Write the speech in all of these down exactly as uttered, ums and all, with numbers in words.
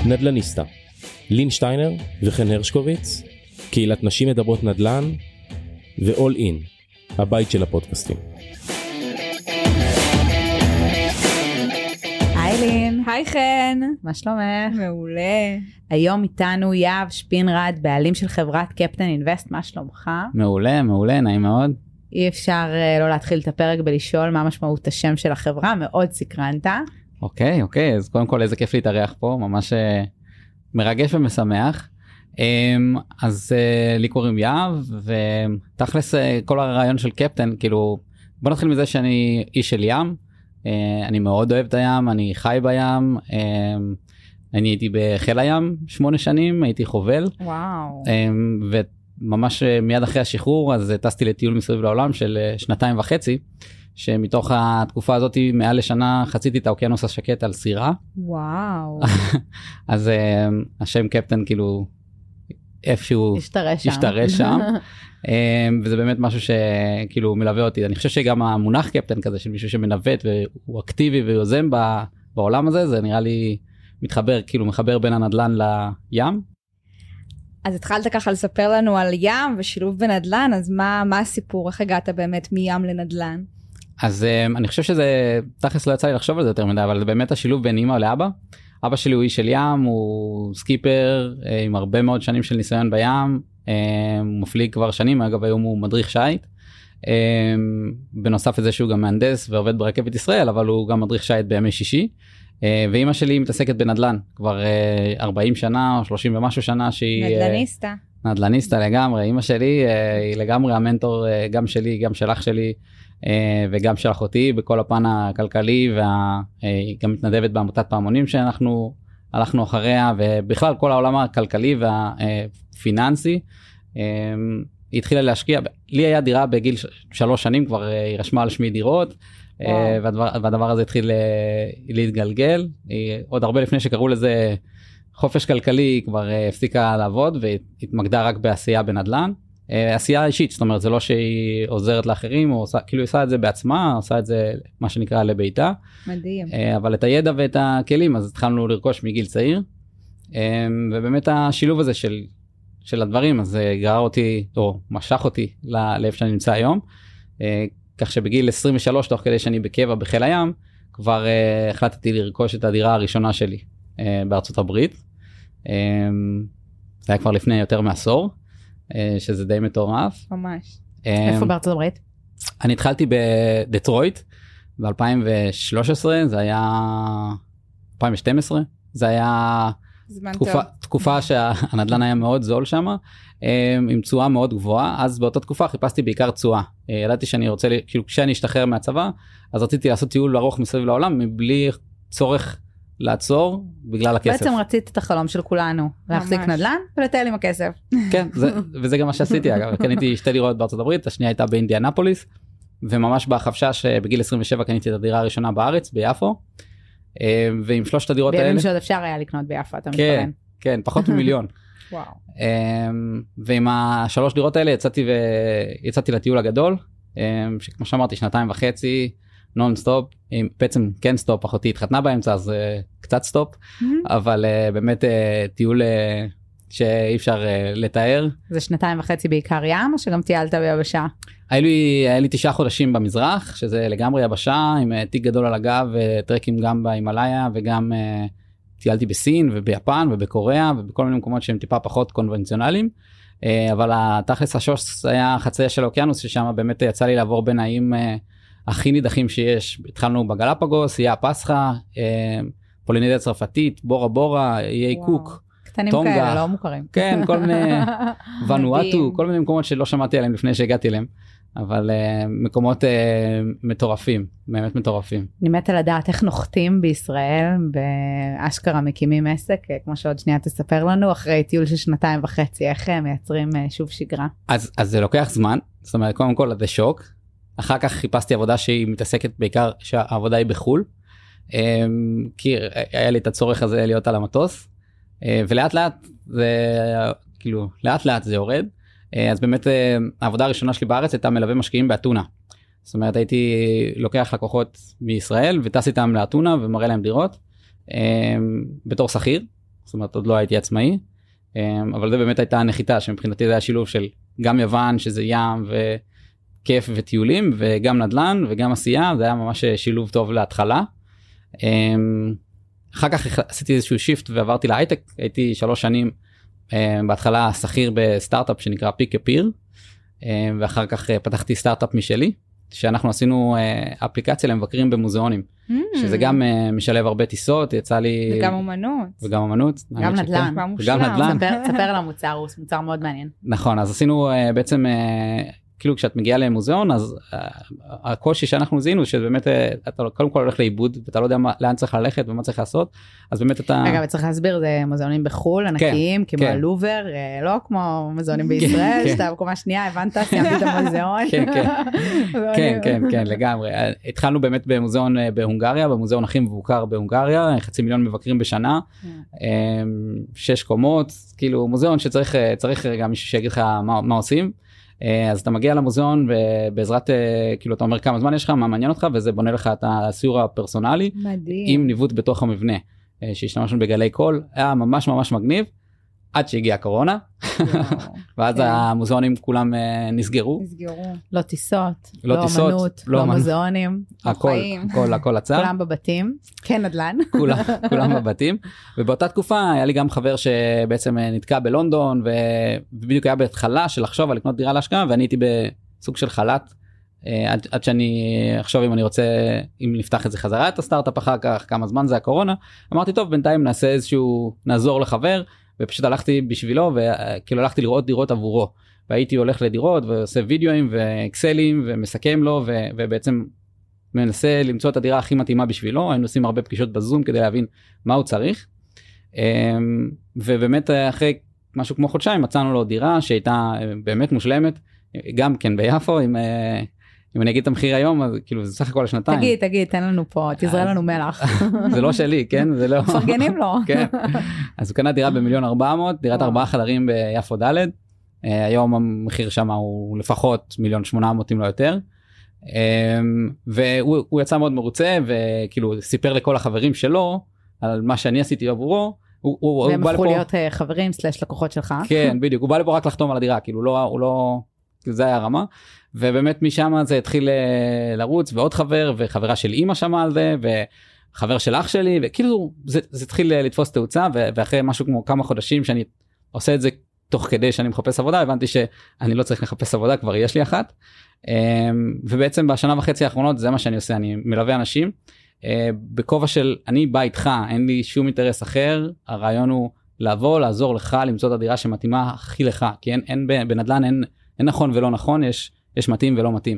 נדלניסטה, לין שטיינר וחן הרשקוביץ, קהילת נשים מדברות נדל"ן, ו-all in, הבית של הפודקאסטים. היי לין. היי חן. מה שלומך? מעולה. היום איתנו יאב שפינרד, בעלים של חברת קפטן אינבסט, מה שלומך? מעולה, מעולה, נעים מאוד. אי אפשר uh, לא להתחיל את הפרק בלשאול מה משמעות השם של החברה, מאוד סקרנת. אוקיי, אוקיי, אז קודם כל איזה כיף להתארח פה, ממש uh, מרגש ומשמח. Um, אז uh, לי קוראים יאב, ותכלס uh, כל הרעיון של קפטן, כאילו, בוא נתחיל מזה שאני איש של ים, uh, אני מאוד אוהב את הים, אני חי בים, uh, אני הייתי בחיל הים שמונה שנים, הייתי חובל. וואו. Um, ו... ממש מיד אחרי השחרור, אז טסתי לטיול מסביב לעולם של שנתיים וחצי, שמתוך התקופה הזאת מעל לשנה חציתי את האוקיינוס השקט על סירה. וואו. אז השם קפטן כאילו איפשהו השתרש שם. השתרש שם. וזה באמת משהו שכאילו מלווה אותי. אני חושב שגם המונח קפטן כזה של מישהו שמנווט והוא אקטיבי ויוזם בעולם הזה, זה נראה לי מתחבר, כאילו מחבר בין הנדל"ן לים. אז התחלת ככה לספר לנו על ים ושילוב בנדל"ן, אז מה, מה הסיפור? איך הגעת באמת מים לנדל"ן? אז um, אני חושב שזה, תכלס לא יצא לי לחשוב על זה יותר מדי, אבל זה באמת השילוב בין אמא לאבא. אבא שלי הוא איש של ים, הוא סקיפר עם הרבה מאוד שנים של ניסיון בים, הוא מפליג כבר שנים, אגב היום הוא מדריך שייט, בנוסף לזה שהוא גם מהנדס ועובד ברכבת ישראל, אבל הוא גם מדריך שייט בימי שישי. ואמא שלי מתעסקת בנדל"ן כבר ארבעים שנה או שלושים ומשהו שנה שהיא נדלניסטה. נדלניסטה לגמרי. אמא שלי היא לגמרי המנטור גם שלי, גם של אח שלי וגם של אחותי בכל הפן הכלכלי, והיא גם מתנדבת בעמותת פעמונים שאנחנו הלכנו אחריה, ובכלל כל העולם הכלכלי והפיננסי. היא התחילה להשקיע, לי היה דירה בגיל שלוש שנים, כבר היא רשמה על שמי דירות, והדבר, והדבר הזה התחיל להתגלגל. עוד הרבה לפני שקראו לזה חופש כלכלי, היא כבר הפסיקה לעבוד והתמקדה רק בעשייה בנדל"ן, עשייה אישית, זאת אומרת זה לא שהיא עוזרת לאחרים, או עושה, כאילו עושה את זה בעצמה, עושה את זה מה שנקרא לביתה. מדהים. אבל את הידע ואת הכלים אז התחלנו לרכוש מגיל צעיר, ובאמת השילוב הזה של של הדברים אז גרר אותי או משך אותי לאיפה שאני נמצא היום, כך שבגיל עשרים ושלוש, תוך כדי שאני בקבע בחיל הים, כבר uh, החלטתי לרכוש את הדירה הראשונה שלי uh, בארצות הברית. Um, זה היה כבר לפני יותר מעשור, uh, שזה די מטורף. ממש. Um, איפה בארצות הברית? אני התחלתי בדטרויט ב-אלפיים ושלוש עשרה, זה היה אלפיים ושתים עשרה, זה היה תקופה, תקופה שהנדל"ן היה מאוד זול שם, עם תשואה מאוד גבוהה. אז באותה תקופה חיפשתי בעיקר תשואה. ידעתי שאני רוצה, כאילו כשאני אשתחרר מהצבא, אז רציתי לעשות טיול ארוך מסביב לעולם, מבלי צורך לעצור בגלל הכסף. בעצם רצית את החלום של כולנו, להחזיק נדל"ן ולטייל עם הכסף. כן, זה, וזה גם מה שעשיתי אגב. קניתי שתי דירות בארצות הברית, השנייה הייתה באינדיאנפוליס, וממש בחפשה שבגיל עשרים ושבע קניתי את הדירה הראשונה בארץ, ביפו, ועם שלושת הדירות האלה. בימים שעוד אפשר היה לקנות ביפו, אתה מתכוון. כן, כן, פחות ממיליון. וואו. ועם השלוש דירות האלה יצאתי ויצאתי לטיול הגדול, שכמו שאמרתי שנתיים וחצי נון סטופ, בעצם כן סטופ, אחותי התחתנה באמצע אז קצת סטופ, אבל באמת טיול שאי אפשר לתאר. זה שנתיים וחצי בעיקר ים או שגם טיילת ביבשה? היה לי, היה לי תשעה חודשים במזרח, שזה לגמרי יבשה, עם תיק גדול על הגב, טרקים גם בהימאליה, וגם טיילתי בסין וביפן ובקוריאה, ובכל מיני מקומות שהם טיפה פחות קונבנציונליים, אבל התכלס השוס היה חציה של האוקיינוס, ששם באמת יצא לי לעבור בין האיים הכי נידחים שיש. התחלנו בגלפגוס, איי הפסחא, פולינזיה צרפתית, בורה בורה, איי קוק, קטנים כאלה, לא מוכרים. כן, כל מיני ונואטו, כל מיני מקומות שלא שמעתי עליהם לפני שהגעתי אליהם, אבל uh, מקומות uh, מטורפים, באמת מטורפים. אני מתה לדעת איך נוחתים בישראל, באשכרה מקימים עסק, כמו שעוד שנייה תספר לנו, אחרי טיול של שנתיים וחצי, איך מייצרים uh, שוב שגרה? אז, אז זה לוקח זמן, זאת אומרת, קודם כל זה שוק, אחר כך חיפשתי עבודה שהיא מתעסקת בעיקר, שהעבודה היא בחול, um, כי היה לי את הצורך הזה להיות על המטוס, ולאט לאט זה כאילו לאט לאט זה יורד. אז באמת העבודה הראשונה שלי בארץ הייתה מלווה משקיעים באתונה. זאת אומרת הייתי לוקח לקוחות מישראל וטס איתם לאתונה ומראה להם דירות בתור שכיר. זאת אומרת עוד לא הייתי עצמאי, אבל זה באמת הייתה הנחיתה שמבחינתי זה היה שילוב של גם יוון שזה ים וכיף וטיולים וגם נדל"ן וגם עשייה, זה היה ממש שילוב טוב להתחלה. אחר כך עשיתי איזשהו שיפט ועברתי להייטק, הייתי שלוש שנים בהתחלה שכיר בסטארט-אפ שנקרא פיק אפיר, ואחר כך פתחתי סטארט-אפ משלי, שאנחנו עשינו אפליקציה למבקרים במוזיאונים, mm. שזה גם משלב הרבה טיסות, יצא לי... וגם אומנות. וגם אומנות. גם נדל"ן. וגם נדל"ן. ספר על המוצר, הוא מוצר מאוד מעניין. נכון, אז עשינו בעצם, כאילו כשאת מגיעה למוזיאון, אז הקושי שאנחנו זיהינו, שבאמת אתה קודם כל הולך לאיבוד, ואתה לא יודע לאן צריך ללכת ומה צריך לעשות, אז באמת אתה... רגע, וצריך להסביר, זה מוזיאונים בחול, ענקיים, כמו הלובר, לא כמו מוזיאונים בישראל, שאתה בקומה שנייה, הבנת, סיימתי את המוזיאון. כן, כן, כן, כן, לגמרי. התחלנו באמת במוזיאון בהונגריה, במוזיאון הכי מבוקר בהונגריה, חצי מיליון מבקרים בשנה, שש קומות, כאילו מוזיאון שצריך גם מישהו שיגיד לך מה עושים. אז אתה מגיע למוזיאון ובעזרת, כאילו אתה אומר כמה זמן יש לך, מה מעניין אותך, וזה בונה לך את הסיור הפרסונלי, מדהים. עם ניווט בתוך המבנה, שהשתמשנו בגלי קול, היה ממש ממש מגניב, עד שהגיעה הקורונה, ואז המוזיאונים כולם נסגרו. נסגרו. לא טיסות, לא לא טיסות, אמנות, לא לא אמנות. מוזיאונים. הכל, הכל, הכל עצר. כולם בבתים, כן נדל"ן. כולם, כולם בבתים, ובאותה תקופה היה לי גם חבר שבעצם נתקע בלונדון, ובדיוק היה בהתחלה של לחשוב על לקנות דירה להשקעה, ואני הייתי בסוג של חל"ת, עד, עד שאני אחשוב אם אני רוצה, אם נפתח את זה חזרה, את הסטארט-אפ אחר כך, כמה זמן זה הקורונה, אמרתי טוב, בינתיים נעשה איזשהו, נעזור לחבר, ופשוט הלכתי בשבילו, וכאילו הלכתי לראות דירות עבורו, והייתי הולך לדירות, ועושה וידאוים, ואקסלים, ומסכם לו, ו- ובעצם מנסה למצוא את הדירה הכי מתאימה בשבילו, היינו עושים הרבה פגישות בזום, כדי להבין מה הוא צריך, ובאמת אחרי משהו כמו חודשיים, מצאנו לו דירה, שהייתה באמת מושלמת, גם כן ביפו, עם... אם אני אגיד את המחיר היום, אז כאילו זה סך הכל השנתיים. תגיד, תגיד, תן לנו פה, תזרע לנו מלח. זה לא שלי, כן? זה לא... מפרגנים לו. כן. אז הוא קנה דירה במיליון ארבע מאות, דירת ארבעה חדרים ביפו ד', היום המחיר שם הוא לפחות מיליון שמונה מאות אם לא יותר. והוא יצא מאוד מרוצה, וכאילו סיפר לכל החברים שלו, על מה שאני עשיתי עבורו. והם הפכו להיות חברים סלש לקוחות שלך. כן, בדיוק, הוא בא לפה רק לחתום על הדירה, כאילו הוא לא... זה היה הרמה, ובאמת משם זה התחיל לרוץ, ועוד חבר, וחברה של אמא שמה על זה, וחבר של אח שלי, וכאילו זה, זה התחיל לתפוס תאוצה, ואחרי משהו כמו כמה חודשים שאני עושה את זה תוך כדי שאני מחפש עבודה, הבנתי שאני לא צריך לחפש עבודה, כבר יש לי אחת, ובעצם בשנה וחצי האחרונות זה מה שאני עושה, אני מלווה אנשים, בכובע של אני בא איתך, אין לי שום אינטרס אחר, הרעיון הוא לבוא, לעזור לך, למצוא את הדירה שמתאימה הכי לך, כי אין, אין בנדל"ן, אין אין נכון ולא נכון, יש, יש מתאים ולא מתאים.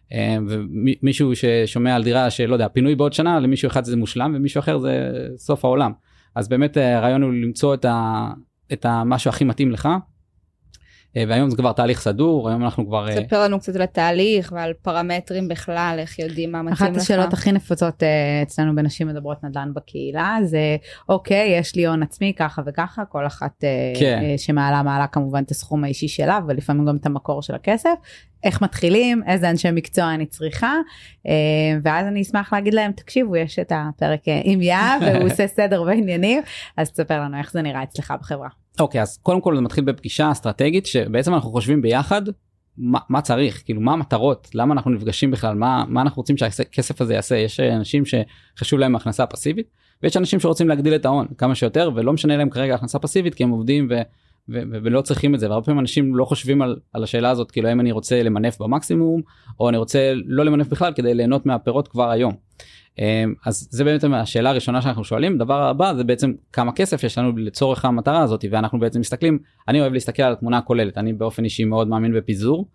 ומישהו ששומע על דירה שלא יודע, פינוי בעוד שנה, למישהו אחד זה מושלם, ומישהו אחר זה סוף העולם. אז באמת הרעיון הוא למצוא את, ה, את המשהו הכי מתאים לך, והיום זה כבר תהליך סדור, היום אנחנו כבר... ספר לנו קצת על התהליך ועל פרמטרים בכלל, איך יודעים מה מתאים לך. אחת השאלות הכי נפוצות אצלנו בנשים מדברות נדל"ן בקהילה, זה אוקיי, יש לי הון עצמי ככה וככה, כל אחת כן. שמעלה מעלה כמובן את הסכום האישי שלה, ולפעמים גם את המקור של הכסף, איך מתחילים, איזה אנשי מקצוע אני צריכה, ואז אני אשמח להגיד להם, תקשיבו, יש את הפרק עם יאה, והוא עושה סדר בעניינים, אז תספר לנו איך זה נראה אצלך בחברה. אוקיי, אז קודם כל זה מתחיל בפגישה אסטרטגית, שבעצם אנחנו חושבים ביחד, מה, מה צריך, כאילו מה המטרות, למה אנחנו נפגשים בכלל, מה, מה אנחנו רוצים שהכסף הזה יעשה, יש אנשים שחשוב להם הכנסה פסיבית, ויש אנשים שרוצים להגדיל את ההון כמה שיותר, ולא משנה להם כרגע הכנסה פסיבית, כי הם עובדים ו... ו- ו- ולא צריכים את זה, והרבה פעמים אנשים לא חושבים על, על השאלה הזאת, כאילו אם אני רוצה למנף במקסימום, או אני רוצה לא למנף בכלל, כדי ליהנות מהפירות כבר היום. אז זה באמת השאלה הראשונה שאנחנו שואלים. דבר הבא זה בעצם כמה כסף יש לנו לצורך המטרה הזאת, ואנחנו בעצם מסתכלים, אני אוהב להסתכל על התמונה הכוללת, אני באופן אישי מאוד מאמין בפיזור,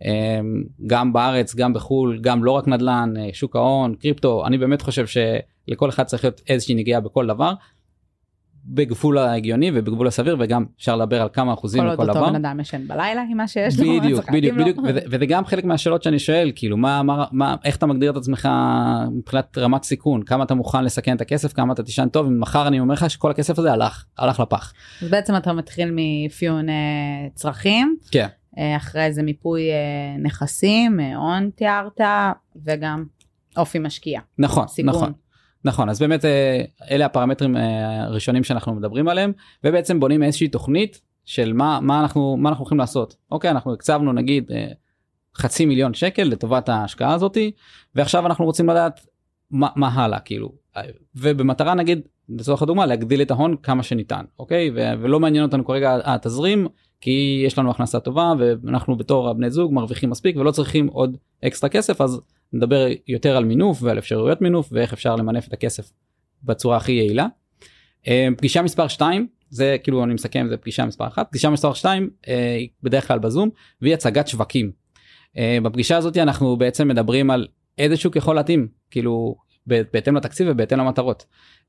גם בארץ, גם בחול, גם לא רק נדל"ן, שוק ההון, קריפטו, אני באמת חושב שלכל אחד צריך להיות איזושהי נגיעה בכל דבר, בגבול ההגיוני ובגבול הסביר, וגם אפשר לדבר על כמה אחוזים מכל דבר. כל עוד אותו בן אדם ישן בלילה עם מה שיש לו. בדיוק, בדיוק, בדיוק, וזה גם חלק מהשאלות שאני שואל, כאילו, מה, מה, מה, איך אתה מגדיר את עצמך מבחינת רמת סיכון, כמה אתה מוכן לסכן את הכסף, כמה אתה תישן טוב, אם מחר אני אומר לך שכל הכסף הזה הלך, הלך לפח. אז בעצם אתה מתחיל מאפיון צרכים, כן. אחרי זה מיפוי נכסים, הון תיארת, וגם אופי משקיע. נכון, נכון. נכון, אז באמת אלה הפרמטרים הראשונים שאנחנו מדברים עליהם, ובעצם בונים איזושהי תוכנית של מה, מה אנחנו, מה אנחנו הולכים לעשות. אוקיי, אנחנו הקצבנו נגיד חצי מיליון שקל לטובת ההשקעה הזאת, ועכשיו אנחנו רוצים לדעת מה, מה הלאה, כאילו, ובמטרה נגיד, לצורך הדוגמה, להגדיל את ההון כמה שניתן, אוקיי? ו- ולא מעניין אותנו כרגע התזרים, כי יש לנו הכנסה טובה, ואנחנו בתור הבני זוג מרוויחים מספיק, ולא צריכים עוד אקסטרה כסף, אז נדבר יותר על מינוף ועל אפשרויות מינוף, ואיך אפשר למנף את הכסף בצורה הכי יעילה. פגישה מספר שתיים, זה כאילו אני מסכם, זה פגישה מספר אחת. פגישה מספר שתיים, היא בדרך כלל בזום, והיא הצגת שווקים. בפגישה הזאת אנחנו בעצם מדברים על איזה שוק יכול להתאים, כאילו בהתאם לתקציב ובהתאם למטרות.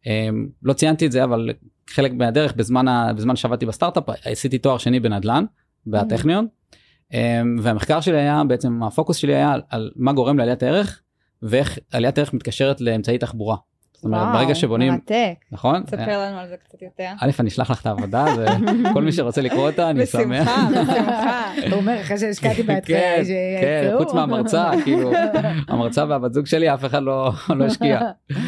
לא ציינתי את זה, אבל חלק מהדרך, בזמן, בזמן שעבדתי בסטארט-אפ, עשיתי תואר שני בנדל"ן, בטכניון, והמחקר שלי היה, בעצם הפוקוס שלי היה על מה גורם לעליית הערך, ואיך עליית הערך מתקשרת לאמצעי תחבורה. זאת אומרת, ברגע שבונים... מרתק. נכון? תספר לנו על זה קצת יותר. א', אני אשלח לך את העבודה, וכל מי שרוצה לקרוא אותה, אני שמח. בשמחה, בשמחה. הוא אומר, אחרי שהשקעתי בהתחלה, כן, חוץ מהמרצה, כאילו, המרצה והבת זוג שלי, אף אחד לא השקיע.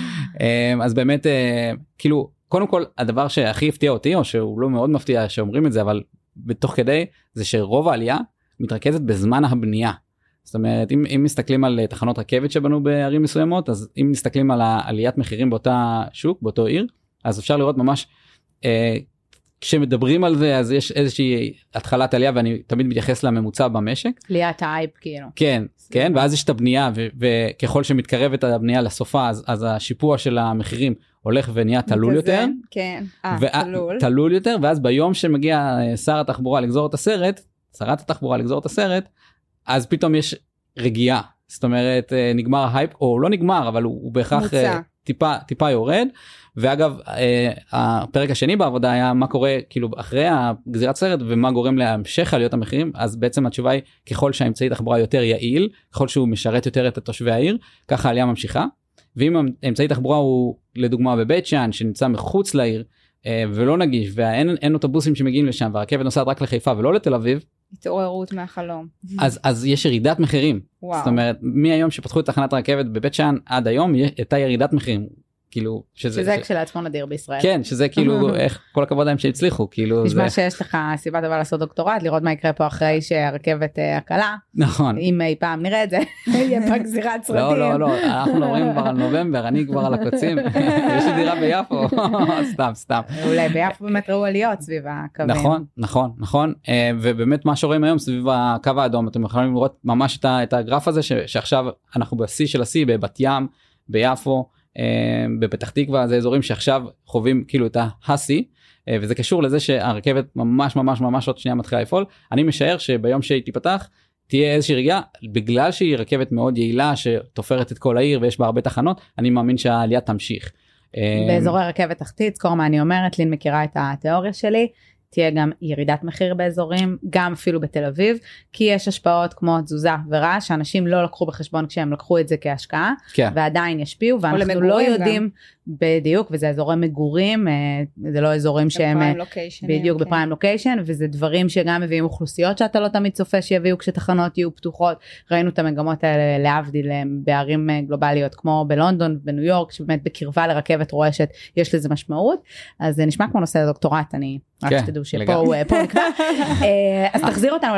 אז באמת, כאילו, קודם כל, הדבר שהכי הפתיע אותי, או שהוא לא מאוד מפתיע שאומרים את זה, אבל בתוך כדי, זה שרוב העלייה מתרכזת בזמן הבנייה. זאת אומרת, אם, אם מסתכלים על תחנות רכבת שבנו בערים מסוימות, אז אם מסתכלים על העליית מחירים באותה שוק, באותו עיר, אז אפשר לראות ממש, אה, כשמדברים על זה, אז יש איזושהי התחלת עלייה, ואני תמיד מתייחס לממוצע במשק. עליית האייפ, כאילו. כן, כן, ואז יש את הבנייה, ו- וככל שמתקרבת הבנייה לסופה, אז, אז השיפוע של המחירים הולך ונהיה תלול יותר. כן, ו- תלול. תלול יותר, ואז ביום שמגיע שר התחבורה לגזור את הסרט, שרת התחבורה לגזור את הסרט, אז פתאום יש רגיעה, זאת אומרת נגמר ההייפ, או לא נגמר, אבל הוא, הוא בהכרח טיפה, טיפה יורד, ואגב הפרק השני בעבודה היה מה קורה כאילו אחרי הגזירת סרט, ומה גורם להמשך עליות המחירים, אז בעצם התשובה היא ככל שהאמצעי תחבורה יותר יעיל, ככל שהוא משרת יותר את תושבי העיר, ככה העלייה ממשיכה, ואם האמצעי תחבורה הוא לדוגמה בבית שאן, שנמצא מחוץ לעיר, ולא נגיש, ואין אוטובוסים שמגיעים לשם, והרכבת נוסעת רק לחיפה ולא לתל אביב, התעוררות מהחלום. אז, אז יש ירידת מחירים. וואו. זאת אומרת, מהיום שפתחו את תחנת הרכבת בבית שאן עד היום, הייתה ירידת מחירים. כאילו, שזה... שזה ש... כשלעצמו נדיר בישראל. כן, שזה כאילו, איך כל הכבוד להם שהצליחו, כאילו... נשמע זה... שיש לך סיבה טובה לעשות דוקטורט, לראות מה יקרה פה אחרי שהרכבת הקלה. נכון. אם אי פעם נראה את זה, יהיה פה גזירת סרטים. לא, לא, לא, אנחנו מדברים כבר על נובמבר, אני כבר על הקוצים, יש לי דירה ביפו, סתם, סתם. אולי ביפו באמת ראו עליות סביב הקווים. נכון, נכון, נכון, ובאמת מה שרואים היום סביב הקו האדום, אתם יכולים לראות ממש את הגרף הזה, שעכשיו אנחנו בשיא של השיא, בבת ים, ביפו, בפתח תקווה, זה אזורים שעכשיו חווים כאילו את ההסי, וזה קשור לזה שהרכבת ממש ממש ממש עוד שנייה מתחילה לפעול. אני משער שביום שהיא תיפתח תהיה איזושהי רגיעה, בגלל שהיא רכבת מאוד יעילה שתופרת את כל העיר ויש בה הרבה תחנות, אני מאמין שהעלייה תמשיך. באזורי רכבת תחתית, זכור מה אני אומרת, לין מכירה את התיאוריה שלי, תהיה גם ירידת מחיר באזורים, גם אפילו בתל אביב, כי יש השפעות כמו תזוזה ורעש, שאנשים לא לקחו בחשבון כשהם לקחו את זה כהשקעה, כן. ועדיין ישפיעו, ואנחנו לא יודעים, גם. בדיוק, וזה אזורי מגורים, זה לא אזורים שהם, בדיוק כן. בפריים לוקיישן, וזה דברים שגם מביאים אוכלוסיות שאתה לא תמיד צופה שיביאו כשתחנות יהיו פתוחות, ראינו את המגמות האלה להבדיל בערים גלובליות, כמו בלונדון, בניו יורק, שבאמת בקרבה לרכבת רועשת, יש לזה משמעות, אז זה נשמע כמו נושא הדוקטורט, אני רק שתדעו שפה הוא נקבע. אז תחזיר אותנו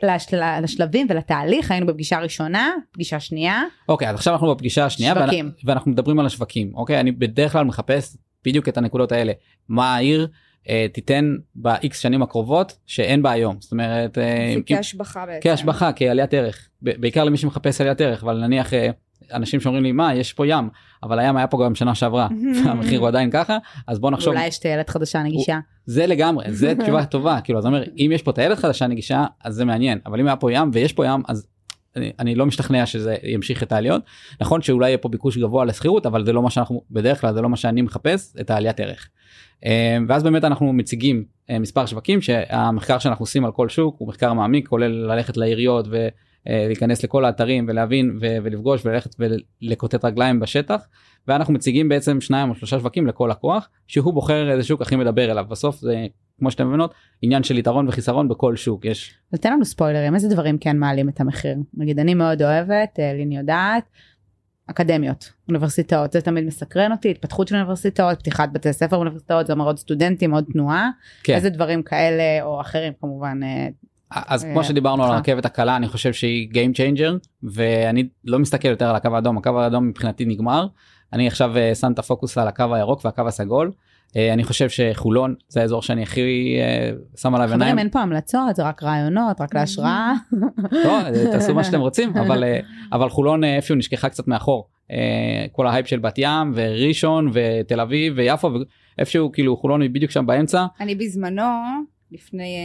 לשלבים ולתהליך, היינו בפגישה ראשונה, פגישה שנייה. אוקיי, אז עכשיו אנחנו בפגישה השנייה, ואנחנו מדברים על השווקים. אוקיי, אני בדרך כלל מחפש בדיוק את הנקודות האלה. מה העיר תיתן ב-X שנים הקרובות שאין בה היום. זאת אומרת... כהשבחה בעצם. כהשבחה, כעליית ערך. בעיקר למי שמחפש עליית ערך, אבל נניח... אנשים שאומרים לי, מה, יש פה ים, אבל הים היה פה גם שנה שעברה, והמחיר הוא עדיין ככה, אז בוא נחשוב. אולי יש טיילת חדשה נגישה. זה לגמרי, זה תשובה טובה, כאילו, אז אומר, אם יש פה טיילת חדשה נגישה, אז זה מעניין, אבל אם היה פה ים, ויש פה ים, אז אני, אני לא משתכנע שזה ימשיך את העליות. נכון שאולי יהיה פה ביקוש גבוה לסחירות, אבל זה לא מה שאנחנו, בדרך כלל, זה לא מה שאני מחפש, את העליית ערך. ואז באמת אנחנו מציגים מספר שווקים, שהמחקר שאנחנו עושים על כל שוק, הוא מחקר מעמיק, כולל ללכת לעיריות ו להיכנס לכל האתרים ולהבין ולפגוש וללכת ולקוטט רגליים בשטח, ואנחנו מציגים בעצם שניים או שלושה שווקים לכל לקוח, שהוא בוחר איזה שוק הכי מדבר אליו. בסוף זה, כמו שאתם מבינות, עניין של יתרון וחיסרון בכל שוק. יש... נתן לנו ספוילרים, איזה דברים כן מעלים את המחיר? נגיד, אני מאוד אוהבת, לין יודעת, אקדמיות, אוניברסיטאות, זה תמיד מסקרן אותי, התפתחות של אוניברסיטאות, פתיחת בתי ספר אוניברסיטאות, זה אומר עוד סטודנטים, עוד תנועה, כן. איזה דברים כאלה או אחרים כמובן. אז כמו שדיברנו על הרכבת הקלה, אני חושב שהיא Game Changer, ואני לא מסתכל יותר על הקו האדום, הקו האדום מבחינתי נגמר, אני עכשיו שם את הפוקוס על הקו הירוק והקו הסגול, אני חושב שחולון זה האזור שאני הכי שם עליו עיניים. חברים, אין פה המלצות, זה רק רעיונות, רק להשראה. לא, תעשו מה שאתם רוצים, אבל, אבל חולון איפשהו נשכחה קצת מאחור. כל ההייפ של בת ים וראשון ותל אביב ויפו, איפשהו כאילו חולון היא בדיוק שם באמצע. אני בזמנו, לפני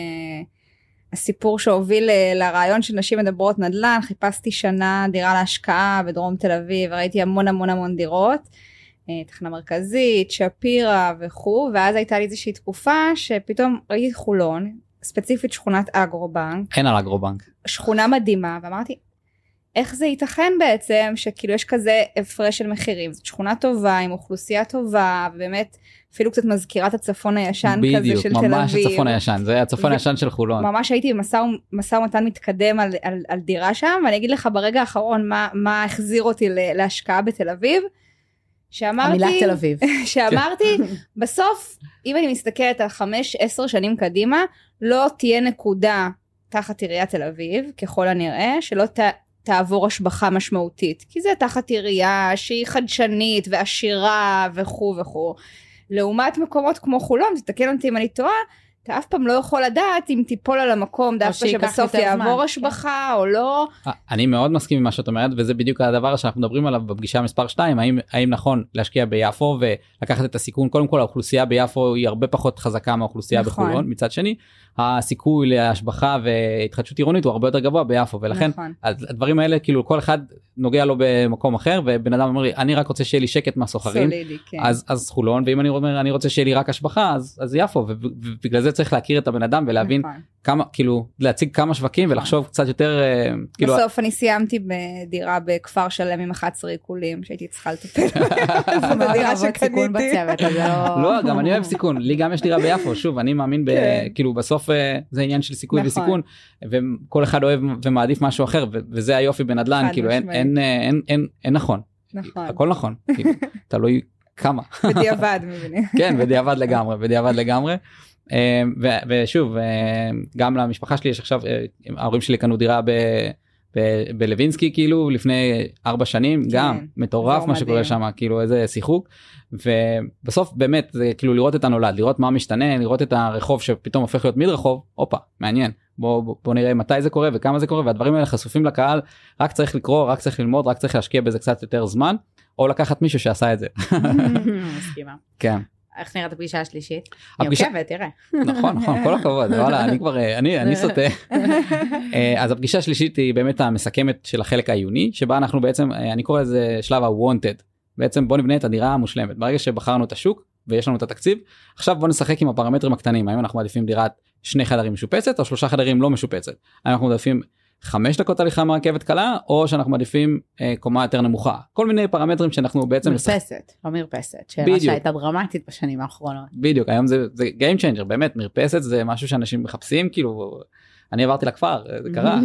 הסיפור שהוביל לרעיון של נשים מדברות נדל"ן, חיפשתי שנה דירה להשקעה בדרום תל אביב, ראיתי המון המון המון דירות, תחנה מרכזית, שפירה וכו', ואז הייתה לי איזושהי תקופה שפתאום ראיתי חולון, ספציפית שכונת אגרובנק. אין על אגרובנק. שכונה מדהימה, ואמרתי, איך זה ייתכן בעצם שכאילו יש כזה הפרש של מחירים, זאת שכונה טובה, עם אוכלוסייה טובה, ובאמת אפילו קצת מזכירת הצפון הישן בדיוק, כזה של תל אביב. בדיוק, ממש הצפון הישן, זה הצפון הישן של חולון. ממש הייתי במשא ומתן מתקדם על, על, על דירה שם, ואני אגיד לך ברגע האחרון מה, מה החזיר אותי להשקעה בתל אביב, שאמרתי, המילה תל אביב. שאמרתי, בסוף, אם אני מסתכלת על חמש, עשר שנים קדימה, לא תהיה נקודה תחת עיריית תל אביב, ככל הנראה, שלא ת, תעבור השבחה משמעותית, כי זה תחת עירייה שהיא חדשנית ועשירה וכו' וכו'. לעומת מקומות כמו חולון, תתקן אותי אם אני טועה, אתה אף פעם לא יכול לדעת אם תיפול על המקום דווקא שבסוף יעבור השבחה או לא. אני מאוד מסכים עם מה שאת אומרת, וזה בדיוק הדבר שאנחנו מדברים עליו בפגישה מספר שתיים, האם, האם נכון להשקיע ביפו ולקחת את הסיכון, קודם כל האוכלוסייה ביפו היא הרבה פחות חזקה מהאוכלוסייה נכון. בחולון, מצד שני, הסיכוי להשבחה והתחדשות עירונית הוא הרבה יותר גבוה ביפו, ולכן נכון. הדברים האלה כאילו כל אחד נוגע לו במקום אחר, ובן אדם אומר לי, אני רק רוצה שיהיה לי שקט מהסוחרים, כן. אז, אז חולון, ואם אני אומר, אני רוצה שיהיה לי רק השבחה, אז, אז יפו, ובגלל זה צריך להכיר את הבן אדם ולהבין נכון. כמה, כאילו, להציג כמה שווקים נכון. ולחשוב קצת יותר, כאילו... בסוף אני סיימתי בדירה בכפר שלם עם אחת עשרה עיקולים, שהייתי צריכה לטפל. זו דירה שקניתי. לא, גם אני אוהב סיכון, לי גם יש דירה ביפו, שוב, אני מאמין כאילו בסוף זה עניין של סיכוי וסיכון, וכל אחד אוהב ומעדיף משהו אחר, וזה היופי בנדל"ן, כאילו אין נכון. הכל נכון, תלוי כמה. בדיעבד מבינים. כן, בדיעבד לגמרי, בדיעבד לגמרי. ושוב, גם למשפחה שלי יש עכשיו, ההורים שלי קנו דירה בלווינסקי כאילו לפני ארבע שנים, גם מטורף מה שקורה שם, כאילו איזה שיחוק, ובסוף באמת זה כאילו לראות את הנולד, לראות מה משתנה, לראות את הרחוב שפתאום הופך להיות מדרחוב, הופה, מעניין, בוא, בוא נראה מתי זה קורה וכמה זה קורה, והדברים האלה חשופים לקהל, רק צריך לקרוא, רק צריך ללמוד, רק צריך להשקיע בזה קצת יותר זמן, או לקחת מישהו שעשה את זה. מסכימה. כן. איך נראית הפגישה השלישית? היא עוקבת, תראה. נכון, נכון, כל הכבוד, וואלה, אני כבר, אני, אני סוטה. אז הפגישה השלישית היא באמת המסכמת של החלק העיוני, שבה אנחנו בעצם, אני קורא לזה שלב ה-wanted, בעצם בוא נבנה את הדירה המושלמת, ברגע שבחרנו את השוק, ויש לנו את התקציב, עכשיו בוא נשחק עם הפרמטרים הקטנים, האם אנחנו מעדיפים דירת שני חדרים משופצת, או שלושה חדרים לא משופצת, אנחנו מעדיפים חמש דקות הליכה מרכבת קלה, או שאנחנו מעדיפים אה, קומה יותר נמוכה. כל מיני פרמטרים שאנחנו בעצם... מרפסת, משחק... לא מרפסת, שאלה שהייתה דרמטית בשנים האחרונות. בדיוק, היום זה, זה game changer, באמת, מרפסת זה משהו שאנשים מחפשים, כאילו, אני עברתי לכפר, זה קרה.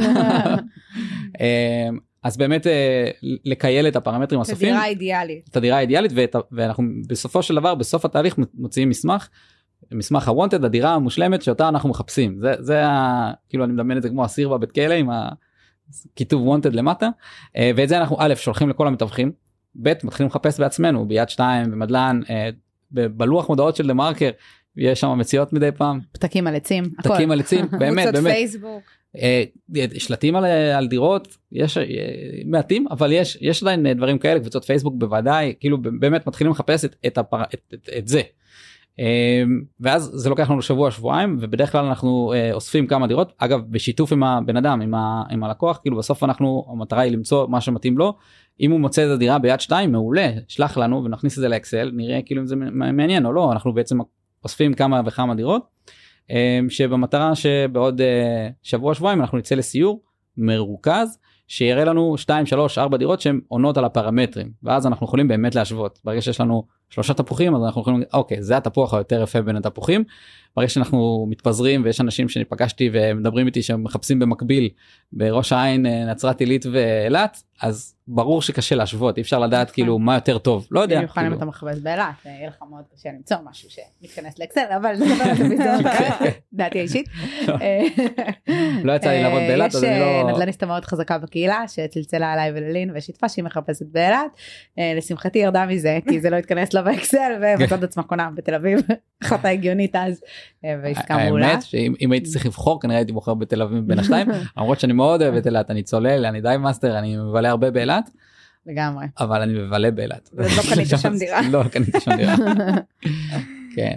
אז באמת לקייל את הפרמטרים הסופיים. את הדירה האידיאלית. את הדירה האידיאלית, ואת, ואנחנו בסופו של דבר, בסוף התהליך מוציאים מסמך, מסמך ה-wanted, הדירה המושלמת שאותה אנחנו מחפשים. זה, זה ה... כאילו אני מדמיין את זה כמו אסיר בבית כלא עם הכיתוב wanted למטה, ואת זה אנחנו א' שולחים לכל המתווכים, ב' מתחילים לחפש בעצמנו, ביד שתיים, במדלן, בלוח מודעות של דה מרקר, יש שם מציאות מדי פעם. פתקים על עצים. פתקים על עצים, באמת, באמת. קבוצות פייסבוק. שלטים על, על דירות, יש מעטים, אבל יש, יש עדיין דברים כאלה, קבוצות פייסבוק בוודאי, כאילו באמת מתחילים לחפש את, את, הפר, את, את, את זה. ואז זה לוקח לנו שבוע שבועיים, ובדרך כלל אנחנו אוספים כמה דירות, אגב בשיתוף עם הבן אדם, עם, ה, עם הלקוח, כאילו בסוף אנחנו, המטרה היא למצוא מה שמתאים לו, אם הוא מוצא את הדירה ביד שתיים, מעולה, שלח לנו ונכניס את זה לאקסל, נראה כאילו אם זה מעניין או לא, אנחנו בעצם אוספים כמה וכמה דירות, שבמטרה שבעוד שבוע שבועיים אנחנו נצא לסיור מרוכז, שיראה לנו שתיים, שלוש, ארבע דירות שהן עונות על הפרמטרים, ואז אנחנו יכולים באמת להשוות, ברגע שיש לנו שלושה תפוחים, אז אנחנו יכולים להגיד, אוקיי, זה התפוח היותר יפה בין התפוחים. ברגע שאנחנו מתפזרים, ויש אנשים שאני פגשתי ומדברים איתי שמחפשים במקביל בראש העין, נצרת עילית ואילת, אז ברור שקשה להשוות, אי אפשר לדעת כאילו מה יותר טוב, לא יודע. במיוחד אם אתה מחפש באילת, יהיה לך מאוד קשה למצוא משהו שמתכנס לאקסל, אבל זה דבר הזה בזמן, דעתי האישית. לא יצא לי לעבוד באילת, אז אני לא... יש נדל"ניסטה מאוד חזקה בקהילה, שצלצלה עליי וללין, ושיתפה שהיא מחפשת באילת. לשמחתי ירדה מזה, כי זה לא התכנס לה באקסל, ובצד עצמה קונה בתל אביב, החלטה הגיונית אז, ועסקה מעולה. האמת שאם הייתי צריך לבחור, כנראה הייתי בוחר בתל אביב בין השתיים, למרות שאני מאוד אוהב את אילת, אני צולל, אני די מאסטר, אני מבלה הרבה באילת. לגמרי. אבל אני מבלה באילת. ולא קנית שם דירה. לא קנית שם דירה. כן.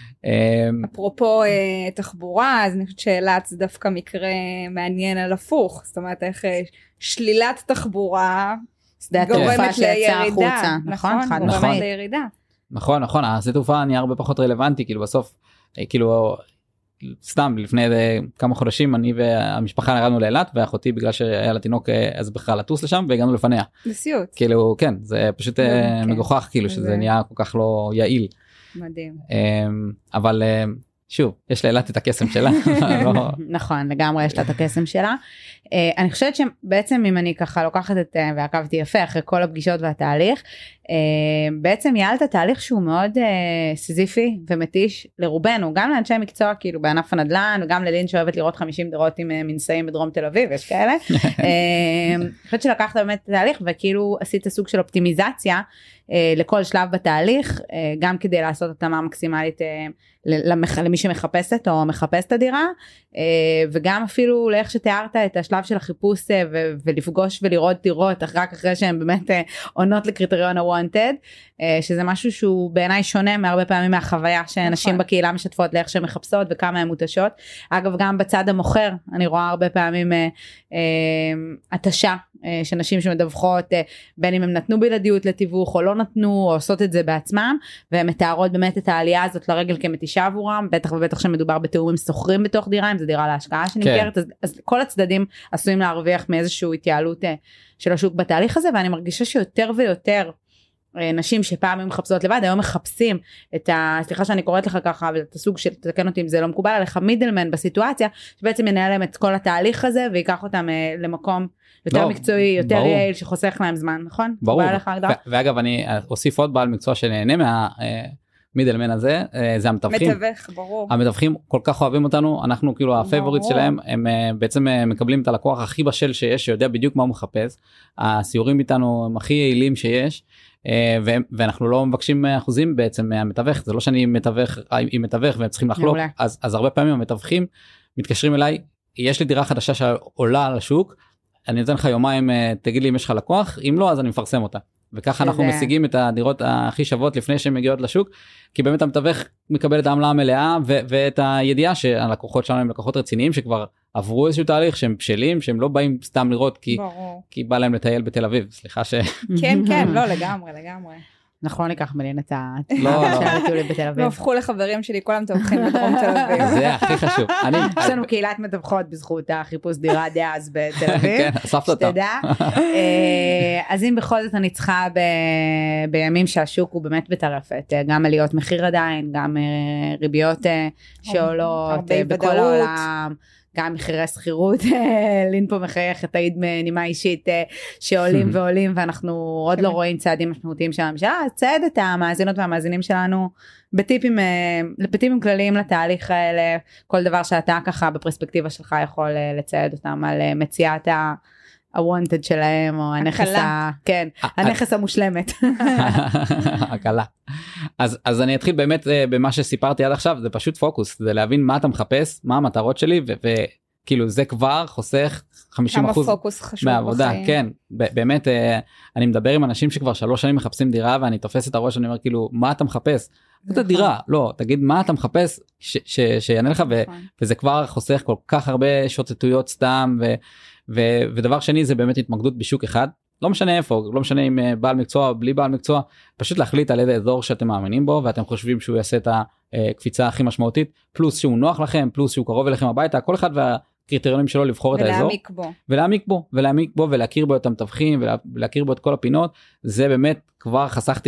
אפרופו תחבורה, אז אני חושבת שאילת זה דווקא מקרה מעניין על הפוך, זאת אומרת איך שלילת תחבורה גורמת לירידה. נכון, חד גורמת משמעית. לירידה. נכון, נכון, אז זה תופעה נהיה הרבה פחות רלוונטי, כאילו בסוף, כאילו סתם לפני כמה חודשים אני והמשפחה ירדנו לאילת, ואחותי בגלל שהיה לה תינוק אז בכלל לטוס לשם והגענו לפניה. לסיוט. כאילו כן, זה פשוט מגוחך כאילו שזה נהיה כל כך לא יעיל. מדהים. אבל שוב, יש לאילת את הקסם שלה. נכון, לגמרי יש לה את הקסם שלה. אני חושבת שבעצם אם אני ככה לוקחת את, ועקבתי יפה אחרי כל הפגישות והתהליך, בעצם יעלת תהליך שהוא מאוד סיזיפי ומתיש לרובנו, גם לאנשי מקצוע כאילו בענף הנדל"ן, וגם ללין שאוהבת לראות חמישים דירות עם מנסאים בדרום תל אביב, יש כאלה. אני חושבת שלקחת באמת את התהליך וכאילו עשית סוג של אופטימיזציה לכל שלב בתהליך, גם כדי לעשות התאמה מקסימלית למי שמחפשת או מחפש את הדירה, וגם אפילו לאיך שתיארת את השלב של החיפוש ולפגוש ולראות דירות רק אחרי שהן באמת עונות לקריטריון ה-wanted, שזה משהו שהוא בעיניי שונה מהרבה פעמים מהחוויה שאנשים בקהילה משתפות לאיך שהן מחפשות וכמה הן מותשות. אגב גם בצד המוכר אני רואה הרבה פעמים התשה שנשים שמדווחות בין אם הם נתנו בלעדיות לתיווך או לא נתנו או עושות את זה בעצמם, והן מתארות באמת את העלייה הזאת לרגל כמתישה עבורם, בטח ובטח שמדובר בתיאומים סוחרים בתוך דירה, אם זה דירה להשקעה שנמכרת, אז, אז כל הצדדים עשויים להרוויח מאיזושהי התייעלות של השוק בתהליך הזה, ואני מרגישה שיותר ויותר נשים שפעם הם מחפשות לבד, היום מחפשים את ה... סליחה שאני קוראת לך ככה, ואת הסוג של, תתקן אותי אם זה לא מקובל עליך, מידלמן בסיטואציה, שבעצם ינהל להם את כל התהליך הזה, ויקח אותם למקום יותר לא, מקצועי, יותר ברור. יעיל, שחוסך להם זמן, נכון? ברור. ו- ואגב, אני אוסיף עוד בעל מקצוע שנהנה מה... מידלמן הזה, זה המתווכים. מתווך, ברור. המתווכים כל כך אוהבים אותנו, אנחנו כאילו הפייבוריט שלהם, הם בעצם מקבלים את הלקוח הכי בשל שיש, שיודע בדיוק מה הוא מחפש. הסיורים איתנו הם הכי יעילים שיש, ואנחנו לא מבקשים אחוזים בעצם מהמתווך, זה לא שאני מתווך, אם מתווך והם צריכים לחלוק, אז, אז הרבה פעמים המתווכים מתקשרים אליי, יש לי דירה חדשה שעולה על השוק, אני נותן לך יומיים, תגיד לי אם יש לך לקוח, אם לא אז אני מפרסם אותה. וככה אנחנו משיגים את הדירות הכי שוות לפני שהן מגיעות לשוק, כי באמת המתווך מקבל את העמלה המלאה ו- ואת הידיעה שהלקוחות שלנו הם לקוחות רציניים שכבר עברו איזשהו תהליך שהם בשלים, שהם לא באים סתם לראות כי, כי בא להם לטייל בתל אביב, סליחה ש... כן, כן, לא לגמרי, לגמרי. נכון, ניקח מלין את ה... לא, לא. והפכו לחברים שלי, כולם תומכים בדרום תל אביב. זה הכי חשוב. יש לנו קהילת מתווכות בזכות החיפוש דירה דאז בתל אביב. כן, אספת אותה. שתדע. אז אם בכל זאת אני צריכה בימים שהשוק הוא באמת בטרפת, גם עליות מחיר עדיין, גם ריביות שעולות בכל העולם, גם מחירי שכירות, לין פה מחייך, תעיד מנימה אישית שעולים ועולים, ואנחנו עוד לא רואים צעדים משמעותיים של הממשלה, אז צעד את המאזינות והמאזינים שלנו בטיפים, לטיפים כלליים לתהליך האלה, כל דבר שאתה ככה בפרספקטיבה שלך יכול לצעד אותם על מציאת ה... הוונטד שלהם, או הנכס, ה... כן, הנכס המושלמת. הקלה. אז, אז אני אתחיל באמת במה שסיפרתי עד עכשיו, זה פשוט פוקוס, זה להבין מה אתה מחפש, מה המטרות שלי, וכאילו זה כבר חוסך חמישים אחוז מהעבודה. כן, באמת, אני מדבר עם אנשים שכבר שלוש שנים מחפשים דירה, ואני תופס את הראש, אני אומר כאילו, מה אתה מחפש? את הדירה, לא, תגיד מה אתה מחפש, שיענה לך, וזה כבר חוסך כל כך הרבה שוטטויות סתם, ו... ו- ודבר שני זה באמת התמקדות בשוק אחד, לא משנה איפה, לא משנה אם בעל מקצוע או בלי בעל מקצוע, פשוט להחליט על איזה אזור שאתם מאמינים בו, ואתם חושבים שהוא יעשה את הקפיצה הכי משמעותית, פלוס שהוא נוח לכם, פלוס שהוא קרוב אליכם הביתה, כל אחד והקריטריונים שלו לבחור את האזור. ולהעמיק בו. ולהעמיק בו, ולהעמיק בו, ולהכיר בו את המתווכים, ולהכיר בו את כל הפינות, זה באמת כבר חסכתי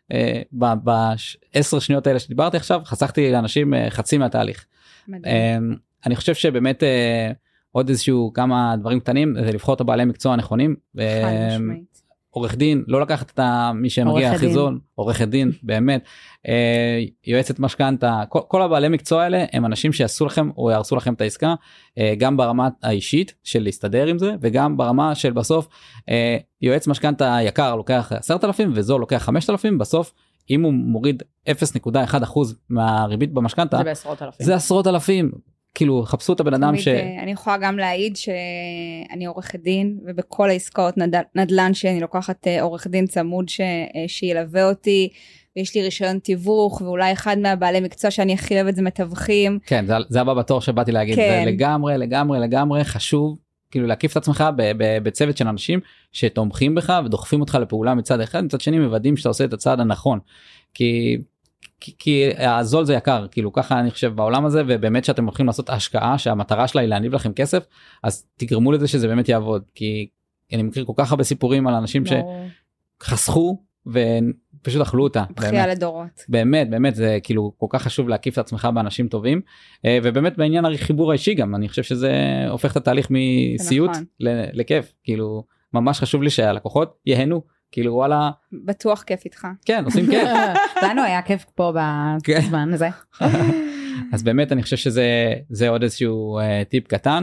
בעשר שניות האלה שדיברתי עכשיו, חסכתי לאנשים חצי מהתהליך. מדהים. אני חושב שבאמת עוד איזשהו כמה דברים קטנים, זה לבחור את הבעלי מקצוע הנכונים. חד משמעית. עורך דין, לא לקחת את מי שמגיע הכי זול, עורכת דין, באמת, יועצת משכנתא, כל, כל הבעלי מקצוע האלה הם אנשים שיעשו לכם או יערסו לכם את העסקה, גם ברמה האישית של להסתדר עם זה, וגם ברמה של בסוף, יועץ משכנתא יקר לוקח עשרת אלפים וזול לוקח חמשת אלפים, בסוף אם הוא מוריד אפס נקודה אחת אחוז מהריבית במשכנתא, זה בעשרות אלפים. זה עשרות אלפים. כאילו חפשו את הבן אדם ש... אני יכולה גם להעיד שאני עורכת דין, ובכל העסקאות נדל"ן שאני לוקחת עורך דין צמוד ש... שילווה אותי, ויש לי רישיון תיווך, ואולי אחד מהבעלי מקצוע שאני הכי אוהבת זה מתווכים. כן, זה, זה הבא בתור שבאתי להגיד, כן. זה לגמרי, לגמרי, לגמרי חשוב, כאילו להקיף את עצמך בצוות של אנשים שתומכים בך ודוחפים אותך לפעולה מצד אחד, מצד שני מוודאים שאתה עושה את הצעד הנכון, כי... כי, כי הזול זה יקר, כאילו ככה אני חושב בעולם הזה, ובאמת שאתם הולכים לעשות השקעה שהמטרה שלה היא להניב לכם כסף, אז תגרמו לזה שזה באמת יעבוד, כי אני מכיר כל כך הרבה סיפורים על אנשים שחסכו ופשוט אכלו אותה. בחייה לדורות. באמת, באמת, זה כאילו כל כך חשוב להקיף את עצמך באנשים טובים, ובאמת בעניין החיבור האישי גם, אני חושב שזה הופך את התהליך מסיוט נכון. לכיף, כאילו ממש חשוב לי שהלקוחות יהנו, כאילו וואלה בטוח כיף איתך, כן עושים כיף, לנו היה כיף פה בזמן הזה. אז באמת אני חושב שזה זה עוד איזשהו טיפ קטן,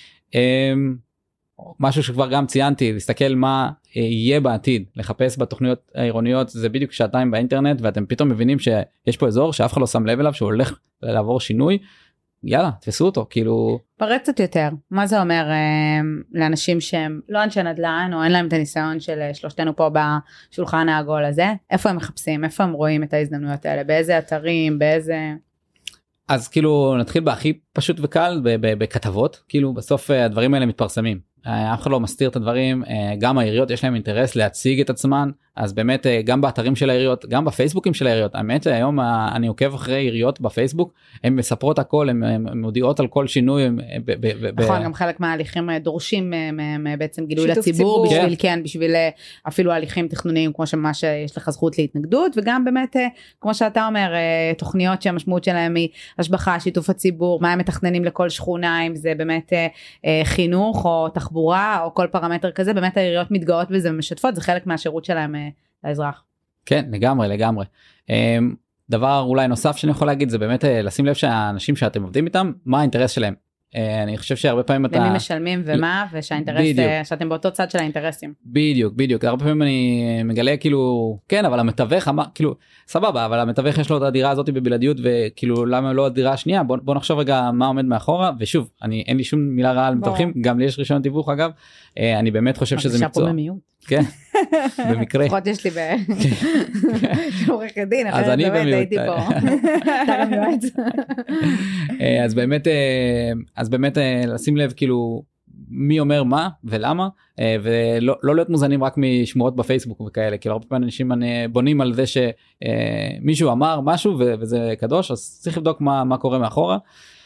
משהו שכבר גם ציינתי, להסתכל מה יהיה בעתיד, לחפש בתוכניות העירוניות, זה בדיוק שעתיים באינטרנט ואתם פתאום מבינים שיש פה אזור שאף אחד לא שם לב אליו שהוא הולך לעבור שינוי, יאללה, תפסו אותו, כאילו... פרט קצת יותר, מה זה אומר אה, לאנשים שהם לא אנשי נדל"ן, או אין להם את הניסיון של שלושתנו פה בשולחן העגול הזה, איפה הם מחפשים, איפה הם רואים את ההזדמנויות האלה, באיזה אתרים, באיזה... אז כאילו נתחיל בהכי פשוט וקל, בכתבות, כאילו בסוף הדברים האלה מתפרסמים. אף אחד לא מסתיר את הדברים, גם העיריות יש להם אינטרס להציג את עצמן, אז באמת גם באתרים של העיריות, גם בפייסבוקים של העיריות, האמת שהיום אני עוקב אחרי עיריות בפייסבוק, הן מספרות הכל, הן מודיעות על כל שינוי. נכון, גם חלק מההליכים דורשים בעצם גילוי לציבור, בשביל כן, בשביל אפילו הליכים תכנוניים, כמו שמה שיש לך זכות להתנגדות, וגם באמת, כמו שאתה אומר, תוכניות שהמשמעות שלהם היא השבחה, שיתוף הציבור, מה הם מתכננים לכל שכונה, אם זה באמת חינוך או תחבורה או כל פרמטר כזה, באמת העיריות מתגאות בזה ומשתפות, זה חלק מהשירות שלהם לאזרח. כן, לגמרי, לגמרי. דבר אולי נוסף שאני יכול להגיד, זה באמת לשים לב שהאנשים שאתם עובדים איתם, מה האינטרס שלהם. אני חושב שהרבה פעמים אתה... ומי משלמים ומה, ושהאינטרס, שאתם באותו צד של האינטרסים. בדיוק, בדיוק. הרבה פעמים אני מגלה כאילו, כן, אבל המתווך, כאילו, סבבה, אבל המתווך יש לו את הדירה הזאת בבלעדיות, וכאילו, למה לא הדירה השנייה? בוא, בוא נחשוב רגע מה עומד מאחורה, ושוב, אני, אין לי שום מילה רעה על מתווכים, גם לי יש רישיון תיווך אגב, אני באמת חושב שזה מקצוע. כן, במקרה. לפחות יש לי בעורך הדין, אז אני במיעוט. אז באמת, אז באמת לשים לב כאילו מי אומר מה ולמה, ולא לא להיות מוזנים רק משמועות בפייסבוק וכאלה, כאילו הרבה פעמים אנשים בונים על זה שמישהו אמר משהו וזה קדוש, אז צריך לבדוק מה, מה קורה מאחורה.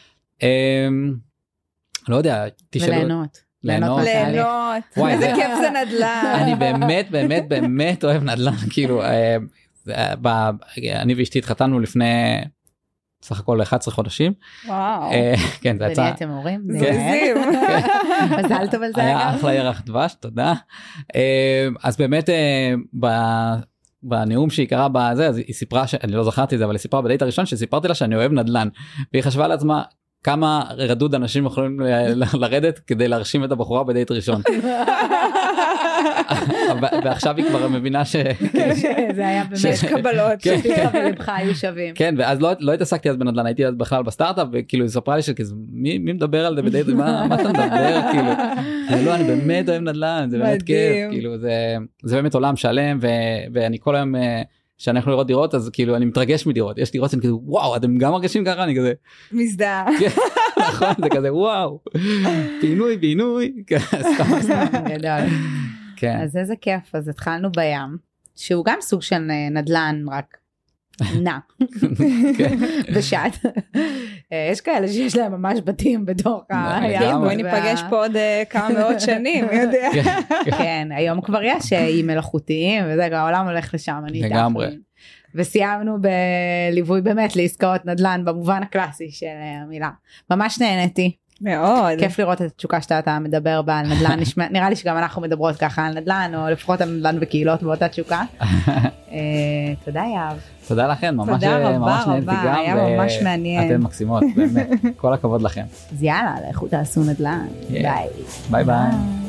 לא יודע, תשאלו. וליהנות. ליהנות, איזה כיף זה נדל"ן. אני באמת באמת באמת אוהב נדל"ן, כאילו אני ואשתי התחתנו לפני סך הכל אחד עשר חודשים. וואו. כן, זה יצא. ונהייתם הורים? זריזים. מזל טוב על זה. היה אחלה ירח דבש, תודה. אז באמת בנאום שהיא קראה בזה, אז היא סיפרה, אני לא זכרתי את זה, אבל היא סיפרה בדייט הראשון שסיפרתי לה שאני אוהב נדל"ן, והיא חשבה לעצמה, כמה רדוד אנשים יכולים לרדת כדי להרשים את הבחורה בדייט ראשון. ועכשיו היא כבר מבינה ש... זה היה באמת... שיש קבלות. שפיך ולבך היו שווים. כן, ואז לא התעסקתי אז בנדל"ן, הייתי אז בכלל בסטארט-אפ, וכאילו היא ספרה לי מי מדבר על זה בדייט, מה אתה מדבר, כאילו. לא, אני באמת אוהב נדל"ן, זה באמת כיף, כאילו, זה באמת עולם שלם, ואני כל היום... שאני יכול לראות דירות, אז כאילו אני מתרגש מדירות, יש דירות שאני כזה וואו, אתם גם מרגשים ככה, אני כזה מזדהה. נכון, זה כזה וואו, פינוי, פינוי. גדול. אז איזה כיף, אז התחלנו בים, שהוא גם סוג של נדל"ן, רק נע. ושעת. יש כאלה שיש להם ממש בתים בתוך הים. בואי ניפגש פה עוד כמה מאות שנים, מי יודע. כן, היום כבר יש איים מלאכותיים, וזה, העולם הולך לשם, אני איתך. וסיימנו בליווי באמת לעסקאות נדל"ן במובן הקלאסי של המילה. ממש נהניתי. מאוד. כיף לראות את התשוקה שאתה מדבר בה על נדל"ן, נראה לי שגם אנחנו מדברות ככה על נדל"ן, או לפחות על נדל"ן בקהילות באותה תשוקה. תודה יאב. תודה לכם, ממש נהניתי גם, היה ממש מעניין. אתן מקסימות, באמת, כל הכבוד לכם. אז יאללה, לכו תעשו נדל"ן. ביי. ביי ביי.